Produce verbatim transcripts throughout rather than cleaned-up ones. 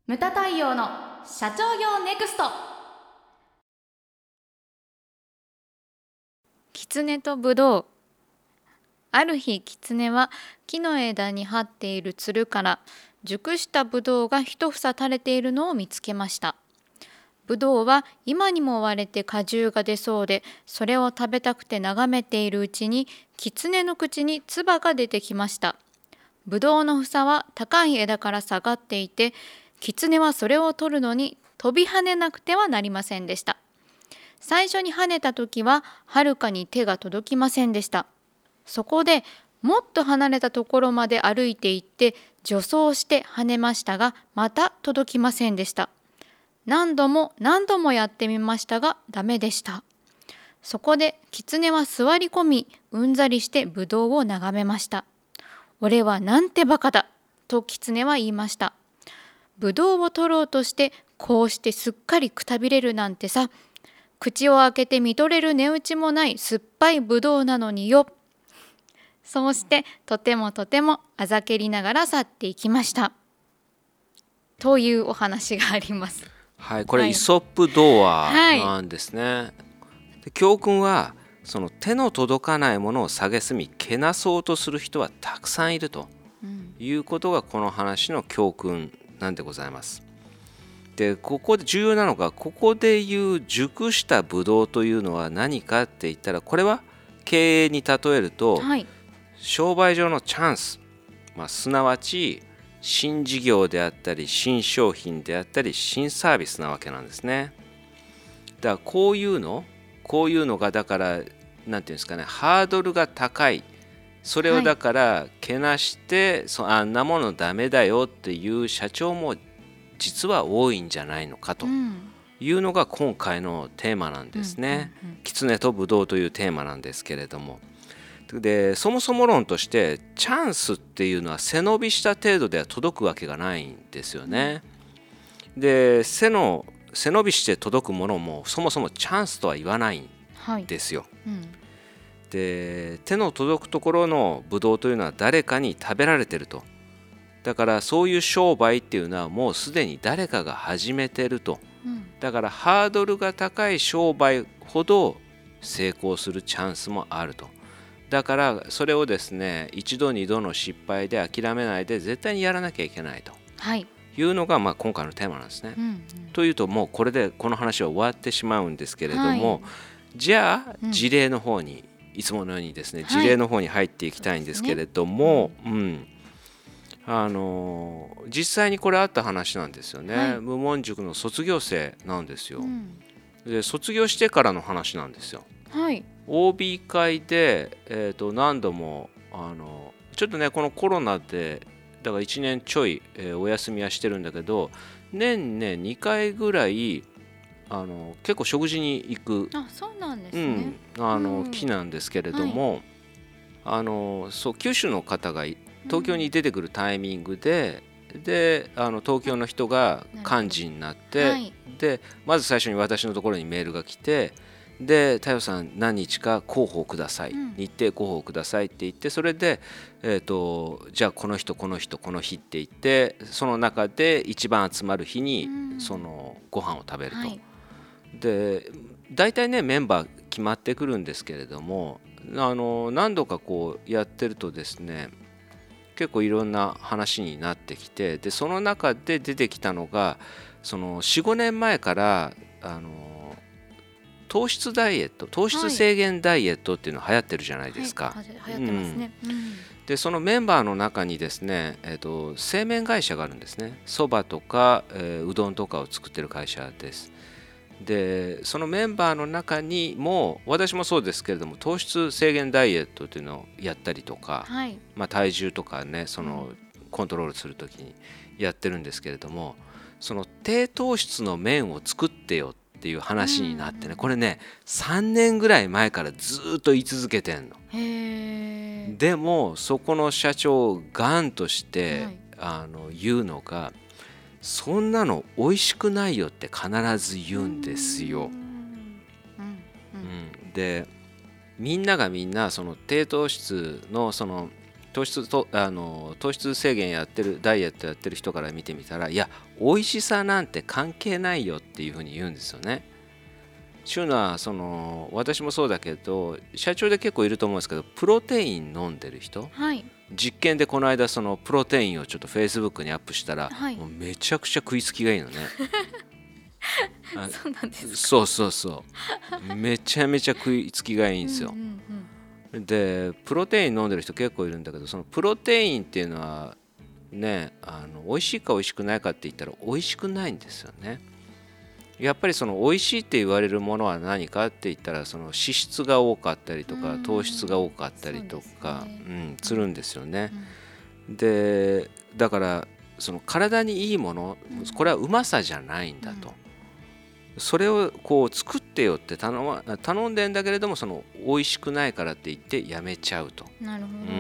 ムタ太陽の社長業ネクスト。 狐とブドウ。ある日、狐は木の枝に張っているつるから熟したブドウが一房垂れているのを見つけました。ブドウは今にも割れて果汁が出そうで、それを食べたくて眺めているうちに狐の口に唾が出てきました。ブドウの房は高い枝から下がっていて、狐はそれを取るのに飛び跳ねなくてはなりませんでした。最初に跳ねた時ははるかに手が届きませんでした。そこでもっと離れたところまで歩いて行って助走して跳ねましたが、また届きませんでした。何度も何度もやってみましたがダメでした。そこで狐は座り込み、うんざりしてブドウを眺めました。俺はなんてバカだと狐は言いました。ブドウを取ろうとしてこうしてすっかりくたびれるなんてさ、口を開けて見とれる値打ちもない酸っぱいブドウなのによ。そうしてとてもとてもあざけりながら去っていきました。というお話があります。 はい、これ、はい、イソップ童話なんですね。はい、で教訓はその手の届かないものを蔑みけなそうとする人はたくさんいるということがこの話の教訓なんでございます。でここで重要なのが、ここでいう熟したブドウというのは何かって言ったら、これは経営に例えると、はい、商売上のチャンス、まあ、すなわち新事業であったり新商品であったり新サービスなわけなんですね。だからこういうのこういうのがだからなんていうんですかね、ハードルが高い、それをだからけなして、はい、そあんなものダメだよっていう社長も実は多いんじゃないのかというのが今回のテーマなんですね。うんうんうん、狐とブドウというテーマなんですけれども、でそもそも論としてチャンスっていうのは背伸びした程度では届くわけがないんですよね。で背の背伸びして届くものもそもそもチャンスとは言わないんですよ。はい、うん、で手の届くところのブドウというのは誰かに食べられてると。だからそういう商売っていうのはもうすでに誰かが始めてると。うん、だからハードルが高い商売ほど成功するチャンスもあると。だからそれをですね、一度二度の失敗で諦めないで絶対にやらなきゃいけないというのがまあ今回のテーマなんですね。うんうん、というともうこれでこの話は終わってしまうんですけれども、はい、じゃあ事例の方に、うん、いつものようにですね事例の方に入っていきたいんですけれども、はい、うん、あの実際にこれあった話なんですよね。はい、無門塾の卒業生なんですよ。うん、で卒業してからの話なんですよ。はい、オービー 会で、えー、と何度もあのちょっとねこのコロナでだからいちねんちょい、えー、お休みはしてるんだけど、年ねにかいぐらいあの結構食事に行く、 あ、そうなんですね、 うん、あの木なんですけれども、はい、あのそう九州の方が東京に出てくるタイミングで、うん、であの東京の人が幹事になって、はい、でまず最初に私のところにメールが来て、で太陽さん何日か候補ください、うん、日程候補くださいって言って、それで、えーと、じゃあこの人この人この日って言って、その中で一番集まる日に、うん、そのご飯を食べると、はい、で大体ねメンバー決まってくるんですけれども、あの何度かこうやってるとですね、結構いろんな話になってきて、でその中で出てきたのが、その よん,ご 年前からあの糖質ダイエット、糖質制限ダイエットっていうの流行ってるじゃないですか。 はい、流行ってますね。うん、 でそのメンバーの中にですね、えーと、製麺会社があるんですね。そばとか、えー、うどんとかを作ってる会社です。でそのメンバーの中にも、私もそうですけれども、糖質制限ダイエットっていうのをやったりとか、はい、まあ、体重とかね、そのコントロールするときにやってるんですけれども、その低糖質の麺を作ってよっていう話になってね、これねさんねんぐらい前からずっと言い続けてんの。へー。でもそこの社長ガンとして、はい、あの言うのが、そんなの美味しくないよって必ず言うんですよ。うんうんうん、でみんながみんなその低糖質のその糖質とあの糖質制限やってるダイエットやってる人から見てみたら、いや美味しさなんて関係ないよっていうふうに言うんですよね。というのはその私もそうだけど社長で結構いると思うんですけど、プロテイン飲んでる人、 はい、 実験でこの間そのプロテインをちょっとフェイスブックにアップしたら、 はい、 もうめちゃくちゃ食いつきがいいのねそうなんですか。 そうそうそうめちゃめちゃ食いつきがいいんですよ。うんうんうん、でプロテイン飲んでる人結構いるんだけど、そのプロテインっていうのはね、あの美味しいか美味しくないかって言ったら美味しくないんですよね。やっぱりその美味しいって言われるものは何かって言ったら、その脂質が多かったりとか糖質が多かったりとか、うん、するんですよね。でだからその体にいいもの、これはうまさじゃないんだと、それをこう作ってよって頼ま頼んでんだけれども、その美味しくないからって言ってやめちゃうと。 なるほど、うん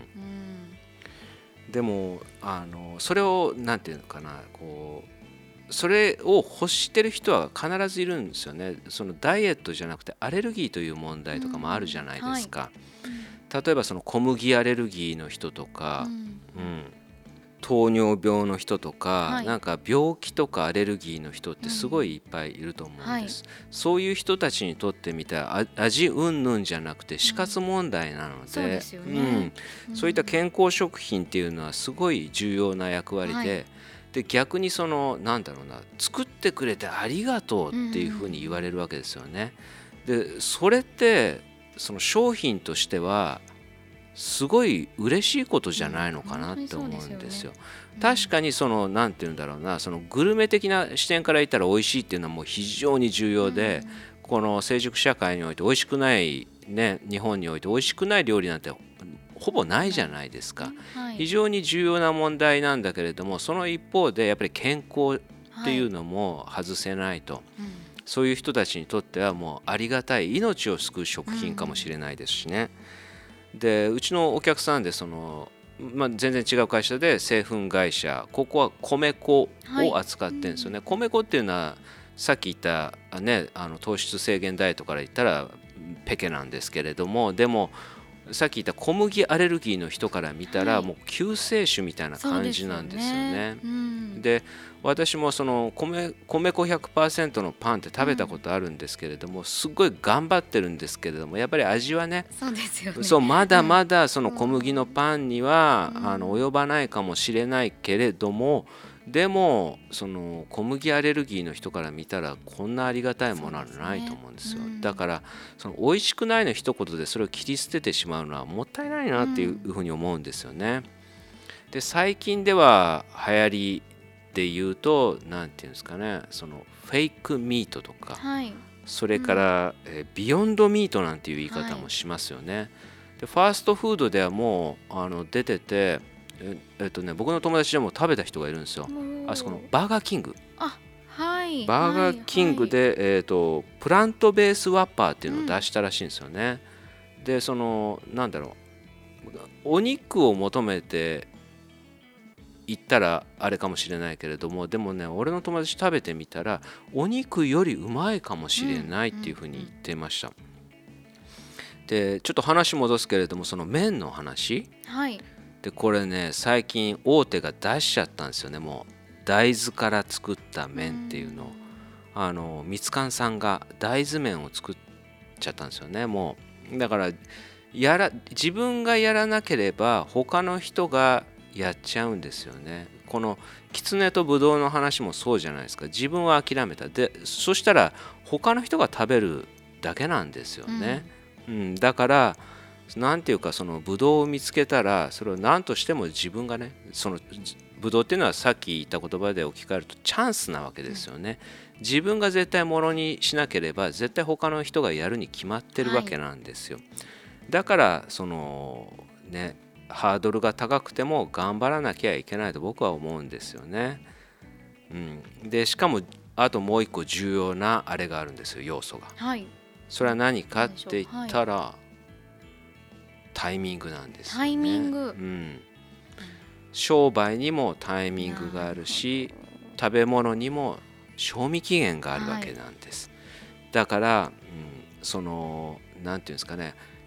うん、でもあのそれをなんていうのかな、こうそれを欲してる人は必ずいるんですよね。そのダイエットじゃなくてアレルギーという問題とかもあるじゃないですか、うんはい、例えばその小麦アレルギーの人とか、うんうん、糖尿病の人とか、はい、なんか病気とかアレルギーの人ってすごいいっぱいいると思うんです、うんはい、そういう人たちにとってみたら味うんぬんじゃなくて死活問題なので、うん そうですよね、うん、そういった健康食品っていうのはすごい重要な役割で、はいで逆にそのなんだろうな、作ってくれてありがとうっていうふうに言われるわけですよね。でそれってその商品としてはすごい嬉しいことじゃないのかなって思うんですよ。確かにそのなんていうんだろうな、そのグルメ的な視点から言ったら美味しいっていうのはもう非常に重要で、この成熟社会において美味しくないね、日本において美味しくない料理なんてほぼないじゃないですか、はい、非常に重要な問題なんだけれども、その一方でやっぱり健康っていうのも外せないと、はいうん、そういう人たちにとってはもうありがたい命を救う食品かもしれないですしね、うん、でうちのお客さんでその、まあ、全然違う会社で製粉会社、ここは米粉を扱ってるんですよね、はい、米粉っていうのはさっき言った、ね、あの糖質制限ダイエットから言ったらペケなんですけれども、でもさっき言った小麦アレルギーの人から見たらもう救世主みたいな感じなんですよね。で、うん、で私もその 米, 米粉 ひゃくパーセント のパンって食べたことあるんですけれども、うん、すごい頑張ってるんですけれども、やっぱり味はね、 そうですよね、 そうまだまだその小麦のパンには、うん、あの及ばないかもしれないけれども、でもその小麦アレルギーの人から見たらこんなありがたいものはないと思うんですよ。だからその美味しくないの一言でそれを切り捨ててしまうのはもったいないなっていうふうに思うんですよね。で最近では流行りで言うとなんていうんですかね、そのフェイクミートとか、はい、それから、うんえー、ビヨンドミートなんていう言い方もしますよね、はい、でファーストフードではもうあの出ててええっとね、僕の友達でも食べた人がいるんですよ。あそこのバーガーキング、 あ、はい、 バーガーキングで、はいはいえー、とプラントベースワッパーっていうのを出したらしいんですよね、うん、でそのなんだろう、お肉を求めて行ったらあれかもしれないけれども、でもね俺の友達食べてみたらお肉よりうまいかもしれないっていうふうに言ってました、うんうんうん、でちょっと話戻すけれども、その麺の話、はいでこれね最近大手が出しちゃったんですよね。もう大豆から作った麺っていうのを、あのミツカンさんが大豆麺を作っちゃったんですよね。もうだからやら自分がやらなければ他の人がやっちゃうんですよね。このキツネとブドウの話もそうじゃないですか。自分は諦めた。でそしたら他の人が食べるだけなんですよね、うんうん、だからなんていうか、そのブドウを見つけたらそれを何としても自分がね、そのブドウっていうのはさっき言った言葉で置き換えるとチャンスなわけですよね。自分が絶対ものにしなければ絶対他の人がやるに決まってるわけなんですよ、はい、だからそのねハードルが高くても頑張らなきゃいけないと僕は思うんですよね、うん、でしかもあともう一個重要なあれがあるんですよ、要素が、はい、それは何かって言ったら、はいタイミングなんですよね。タイミング、うん、商売にもタイミングがあるし、食べ物にも賞味期限があるわけなんです、はい、だから、うん、そのなんていうんですかね、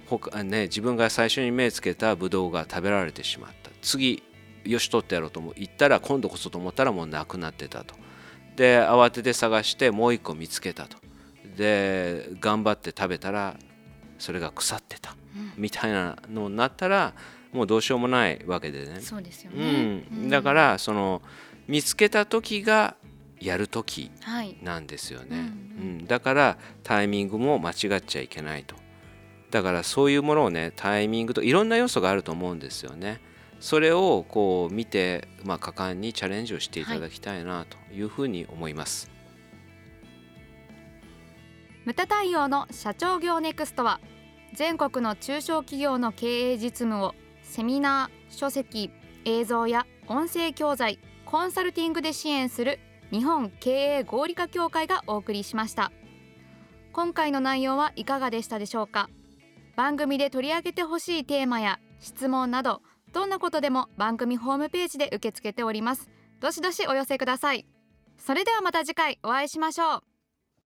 他、ね、自分が最初に目つけたブドウが食べられてしまった。次よし取ってやろうと言ったら今度こそと思ったらもうなくなってたと。で慌てて探してもう一個見つけたと。で頑張って食べたらそれが腐ってた、うん、みたいなのになったらもうどうしようもないわけでね。 そうですよね、 うん、だからその見つけた時がやる時なんですよね、はい、うんうん、だからタイミングも間違っちゃいけないと。だからそういうものをね、タイミングといろんな要素があると思うんですよね。それをこう見て、まあ、果敢にチャレンジをしていただきたいなというふうに思います。 ムタ太陽の社長業ネクストは全国の中小企業の経営実務をセミナー、書籍、映像や音声教材、コンサルティングで支援する日本経営合理化協会がお送りしました。今回の内容はいかがでしたでしょうか。番組で取り上げてほしいテーマや質問などどんなことでも番組ホームページで受け付けております。どしどしお寄せください。それではまた次回お会いしましょう。